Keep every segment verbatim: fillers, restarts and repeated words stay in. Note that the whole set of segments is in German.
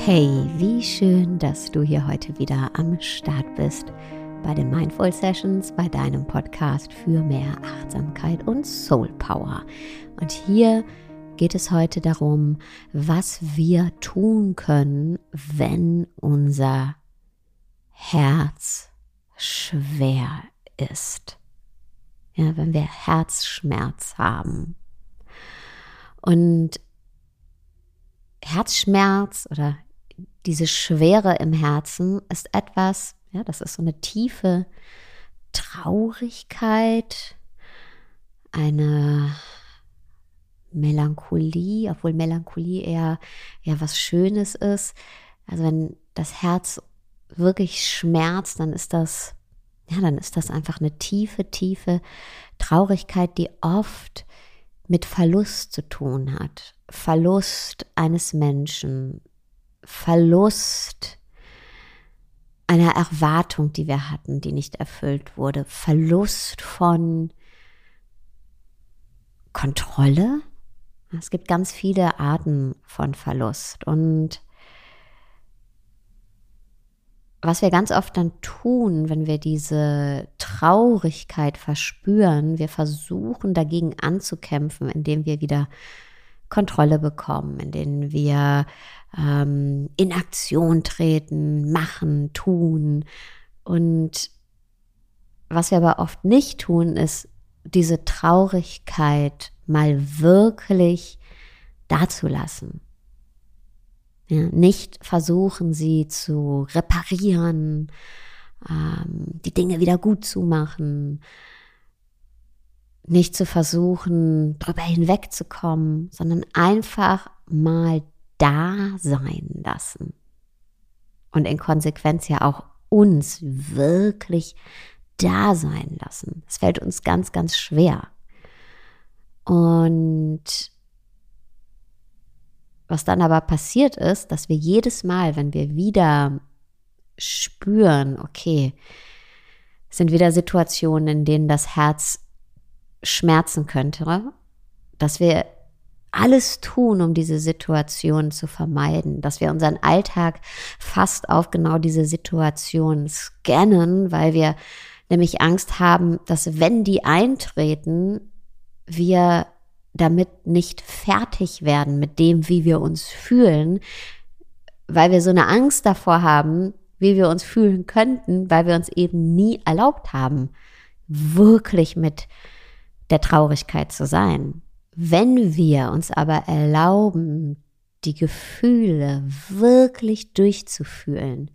Hey, wie schön, dass du hier heute wieder am Start bist bei den Mindful Sessions, bei deinem Podcast für mehr Achtsamkeit und Soul Power. Und hier geht es heute darum, was wir tun können, wenn unser Herz schwer ist. Ja, wenn wir Herzschmerz haben. Und Herzschmerz oder diese Schwere im Herzen ist etwas, ja, das ist so eine tiefe Traurigkeit, eine Melancholie, obwohl Melancholie eher, eher was Schönes ist. Also wenn das Herz wirklich schmerzt, dann ist das, ja, dann ist das einfach eine tiefe, tiefe Traurigkeit, die oft mit Verlust zu tun hat. Verlust eines Menschen, Verlust einer Erwartung, die wir hatten, die nicht erfüllt wurde, Verlust von Kontrolle. Es gibt ganz viele Arten von Verlust. Und was wir ganz oft dann tun, wenn wir diese Traurigkeit verspüren, wir versuchen dagegen anzukämpfen, indem wir wieder Kontrolle bekommen, indem wir ähm, in Aktion treten, machen, tun. Und was wir aber oft nicht tun, ist, diese Traurigkeit mal wirklich dazulassen. Ja, nicht versuchen, sie zu reparieren, ähm, die Dinge wieder gut zu machen, nicht zu versuchen, drüber hinwegzukommen, sondern einfach mal da sein lassen. Und in Konsequenz ja auch uns wirklich da sein lassen. Es fällt uns ganz, ganz schwer. Und was dann aber passiert ist, dass wir jedes Mal, wenn wir wieder spüren, okay, es sind wieder Situationen, in denen das Herz schmerzen könnte, dass wir alles tun, um diese Situation zu vermeiden, dass wir unseren Alltag fast auf genau diese Situation scannen, weil wir nämlich Angst haben, dass wenn die eintreten, wir damit nicht fertig werden mit dem, wie wir uns fühlen, weil wir so eine Angst davor haben, wie wir uns fühlen könnten, weil wir uns eben nie erlaubt haben, wirklich mit der Traurigkeit zu sein. Wenn wir uns aber erlauben, die Gefühle wirklich durchzufühlen,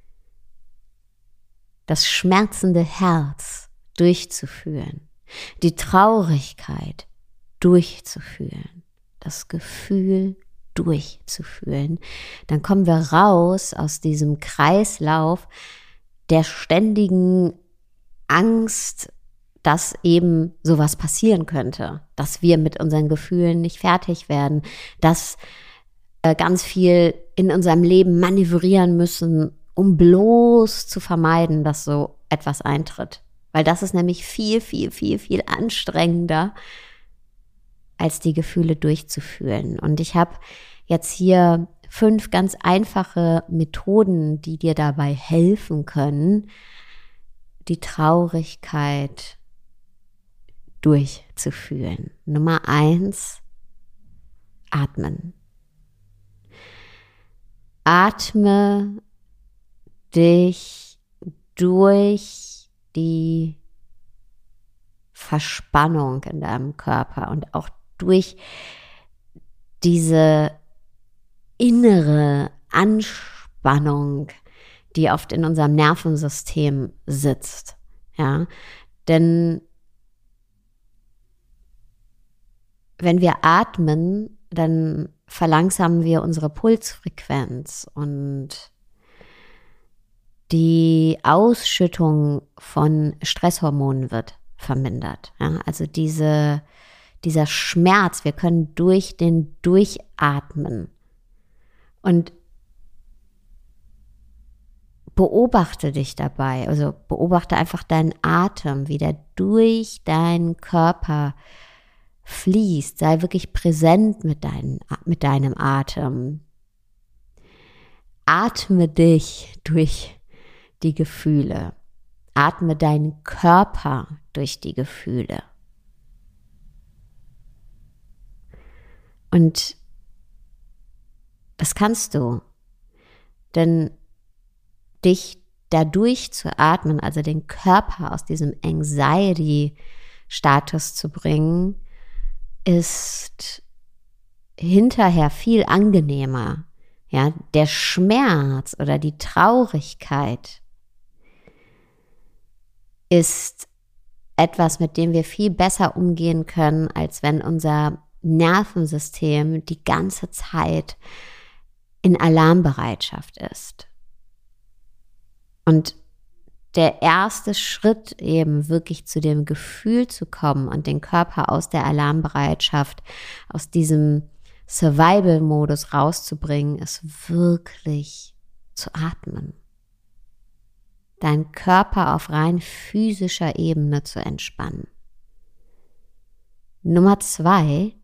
das schmerzende Herz durchzufühlen, die Traurigkeit durchzufühlen, das Gefühl durchzufühlen, dann kommen wir raus aus diesem Kreislauf der ständigen Angst, dass eben sowas passieren könnte, dass wir mit unseren Gefühlen nicht fertig werden, dass wir ganz viel in unserem Leben manövrieren müssen, um bloß zu vermeiden, dass so etwas eintritt. Weil das ist nämlich viel, viel, viel, viel anstrengender, als die Gefühle durchzufühlen. Und ich habe jetzt hier fünf ganz einfache Methoden, die dir dabei helfen können, die Traurigkeit durchzuführen. Nummer eins, atmen. Atme dich durch die Verspannung in deinem Körper und auch durch diese innere Anspannung, die oft in unserem Nervensystem sitzt. Ja, denn wenn wir atmen, dann verlangsamen wir unsere Pulsfrequenz und die Ausschüttung von Stresshormonen wird vermindert. Ja, also diese, dieser Schmerz, wir können durch den Durchatmen und beobachte dich dabei, also beobachte einfach deinen Atem, wie der durch deinen Körper fließt. Sei wirklich präsent mit, dein, mit deinem Atem. atme dich durch die Gefühle. Atme deinen Körper durch die Gefühle. Und das kannst du, denn dich dadurch zu atmen, also den Körper aus diesem Anxiety-Status zu bringen, ist hinterher viel angenehmer. Ja, der Schmerz oder die Traurigkeit ist etwas, mit dem wir viel besser umgehen können, als wenn unser Nervensystem die ganze Zeit in Alarmbereitschaft ist. Und der erste Schritt eben wirklich zu dem Gefühl zu kommen und den Körper aus der Alarmbereitschaft, aus diesem Survival-Modus rauszubringen, ist wirklich zu atmen. Deinen Körper auf rein physischer Ebene zu entspannen. Nummer zwei,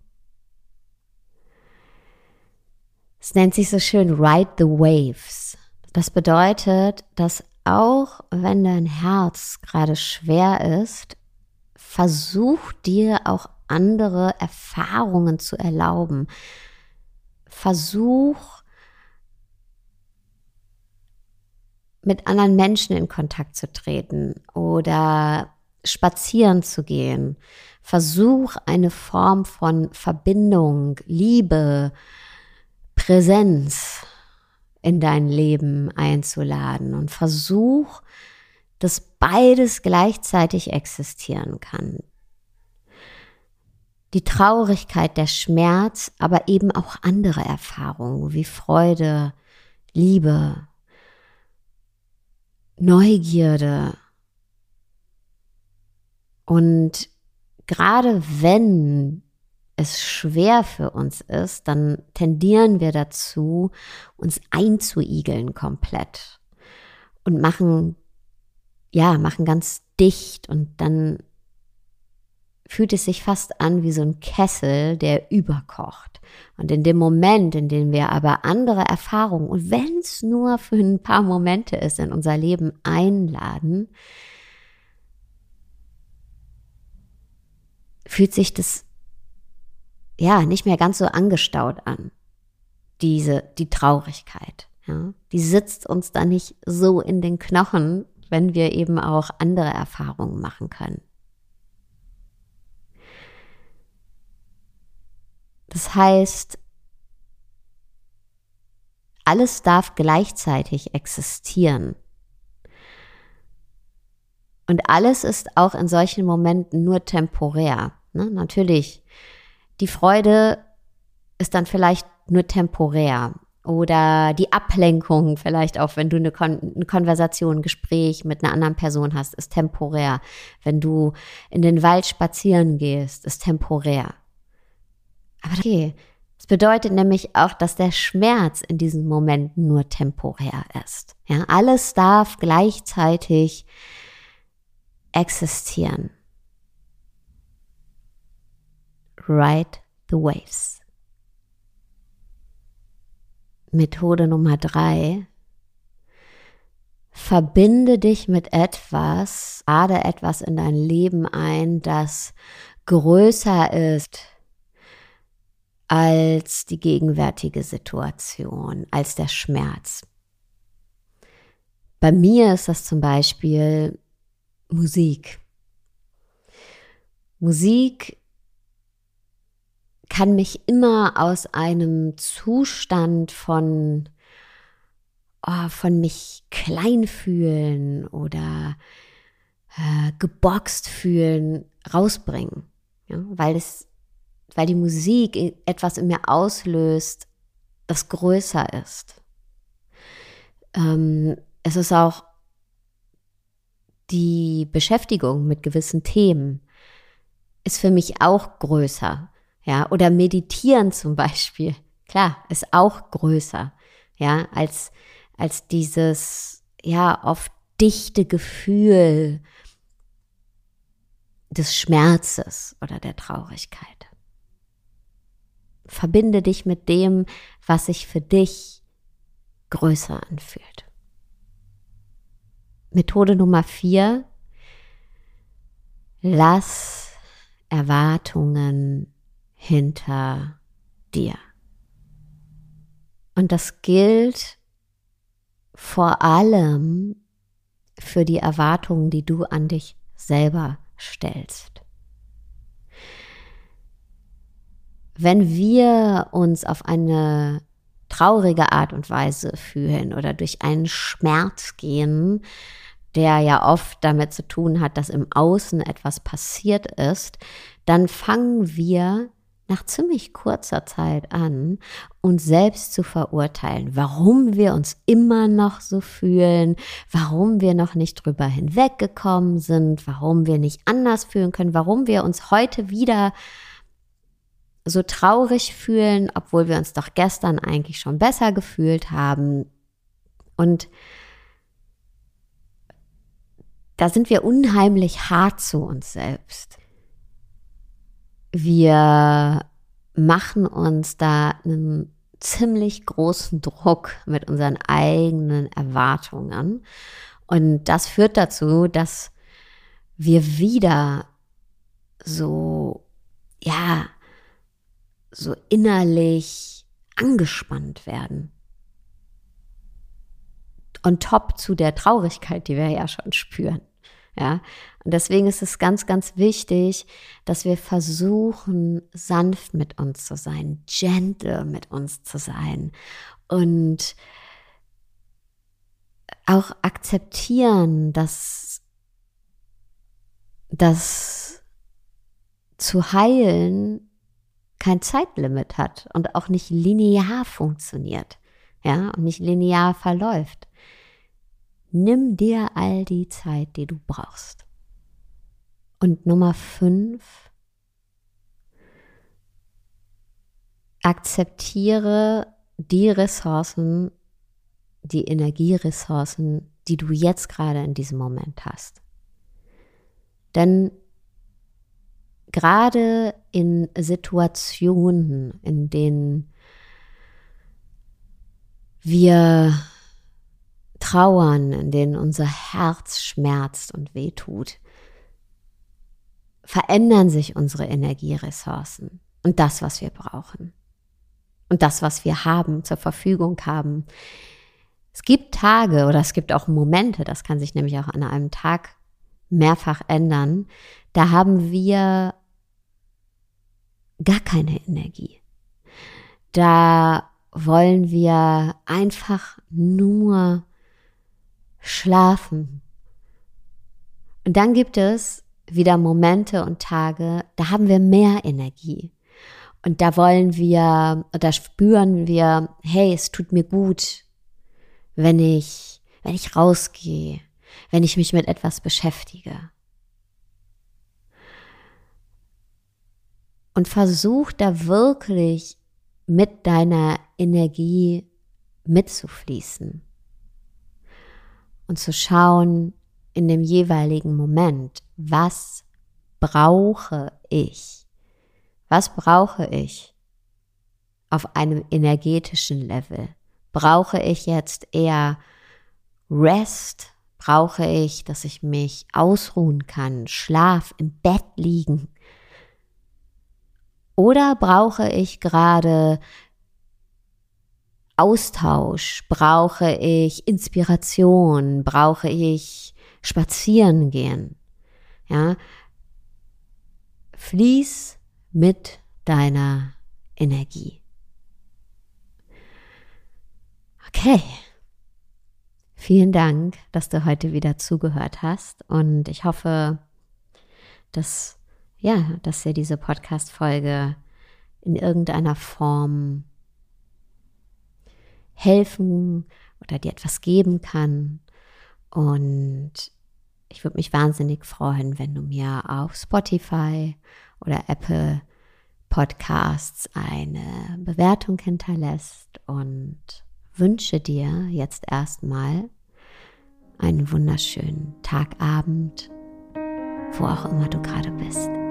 es nennt sich so schön Ride the Waves. Das bedeutet, dass auch wenn dein Herz gerade schwer ist, versuch dir auch andere Erfahrungen zu erlauben. Versuch, mit anderen Menschen in Kontakt zu treten oder spazieren zu gehen. Versuch eine Form von Verbindung, Liebe, Präsenz in dein Leben einzuladen und versuch, dass beides gleichzeitig existieren kann. Die Traurigkeit, der Schmerz, aber eben auch andere Erfahrungen wie Freude, Liebe, Neugierde. Und gerade wenn es schwer für uns ist, dann tendieren wir dazu, uns einzuigeln komplett und machen, ja, machen ganz dicht und dann fühlt es sich fast an wie so ein Kessel, der überkocht. Und in dem Moment, in dem wir aber andere Erfahrungen, und wenn es nur für ein paar Momente ist, in unser Leben einladen, fühlt sich das ja nicht mehr ganz so angestaut an, diese, die Traurigkeit. Ja? Die sitzt uns dann nicht so in den Knochen, wenn wir eben auch andere Erfahrungen machen können. Das heißt, alles darf gleichzeitig existieren. Und alles ist auch in solchen Momenten nur temporär. Ne? Natürlich, die Freude ist dann vielleicht nur temporär. Oder die Ablenkung vielleicht auch, wenn du eine, Kon- eine Konversation, ein Gespräch mit einer anderen Person hast, ist temporär. Wenn du in den Wald spazieren gehst, ist temporär. Aber okay, das bedeutet nämlich auch, dass der Schmerz in diesen Momenten nur temporär ist. Ja, alles darf gleichzeitig existieren. Ride the waves. Methode Nummer drei. Verbinde dich mit etwas, lade etwas in dein Leben ein, das größer ist als die gegenwärtige Situation, als der Schmerz. Bei mir ist das zum Beispiel Musik. Musik kann mich immer aus einem Zustand von, oh, von mich klein fühlen oder äh, geboxt fühlen rausbringen, ja, weil es weil die Musik etwas in mir auslöst, das größer ist. Ähm, es ist auch die Beschäftigung mit gewissen Themen, ist für mich auch größer. Ja? Oder Meditieren zum Beispiel, klar, ist auch größer, ja, als, als dieses ja, oft dichte Gefühl des Schmerzes oder der Traurigkeit. Verbinde dich mit dem, was sich für dich größer anfühlt. Methode Nummer vier: Lass Erwartungen hinter dir. Und das gilt vor allem für die Erwartungen, die du an dich selber stellst. Wenn wir uns auf eine traurige Art und Weise fühlen oder durch einen Schmerz gehen, der ja oft damit zu tun hat, dass im Außen etwas passiert ist, dann fangen wir nach ziemlich kurzer Zeit an, uns selbst zu verurteilen, warum wir uns immer noch so fühlen, warum wir noch nicht drüber hinweggekommen sind, warum wir nicht anders fühlen können, warum wir uns heute wieder so traurig fühlen, obwohl wir uns doch gestern eigentlich schon besser gefühlt haben. Und da sind wir unheimlich hart zu uns selbst. Wir machen uns da einen ziemlich großen Druck mit unseren eigenen Erwartungen. Und das führt dazu, dass wir wieder so, ja, so innerlich angespannt werden. On top zu der Traurigkeit, die wir ja schon spüren. Ja, und deswegen ist es ganz, ganz wichtig, dass wir versuchen, sanft mit uns zu sein, gentle mit uns zu sein und auch akzeptieren, dass das zu heilen kein Zeitlimit hat und auch nicht linear funktioniert, ja, und nicht linear verläuft. Nimm dir all die Zeit, die du brauchst. Und Nummer fünf, akzeptiere die Ressourcen, die Energieressourcen, die du jetzt gerade in diesem Moment hast. Denn gerade in Situationen, in denen wir trauern, in denen unser Herz schmerzt und wehtut, verändern sich unsere Energieressourcen und das, was wir brauchen und das, was wir haben, zur Verfügung haben. Es gibt Tage oder es gibt auch Momente, das kann sich nämlich auch an einem Tag mehrfach ändern, da haben wir gar keine Energie. Da wollen wir einfach nur schlafen. Und dann gibt es wieder Momente und Tage, da haben wir mehr Energie. Und da wollen wir, da spüren wir, hey, es tut mir gut, wenn ich, wenn ich rausgehe, wenn ich mich mit etwas beschäftige. Und versuch da wirklich mit deiner Energie mitzufließen und zu schauen in dem jeweiligen Moment, was brauche ich? Was brauche ich auf einem energetischen Level? Brauche ich jetzt eher Rest? Brauche ich, dass ich mich ausruhen kann, Schlaf, im Bett liegen? Oder brauche ich gerade Austausch? Brauche ich Inspiration? Brauche ich spazieren gehen? Ja, fließ mit deiner Energie. Okay. Vielen Dank, dass du heute wieder zugehört hast und ich hoffe, dass ja, dass dir diese Podcast-Folge in irgendeiner Form helfen oder dir etwas geben kann. Und ich würde mich wahnsinnig freuen, wenn du mir auf Spotify oder Apple Podcasts eine Bewertung hinterlässt und wünsche dir jetzt erstmal einen wunderschönen Tagabend, wo auch immer du gerade bist.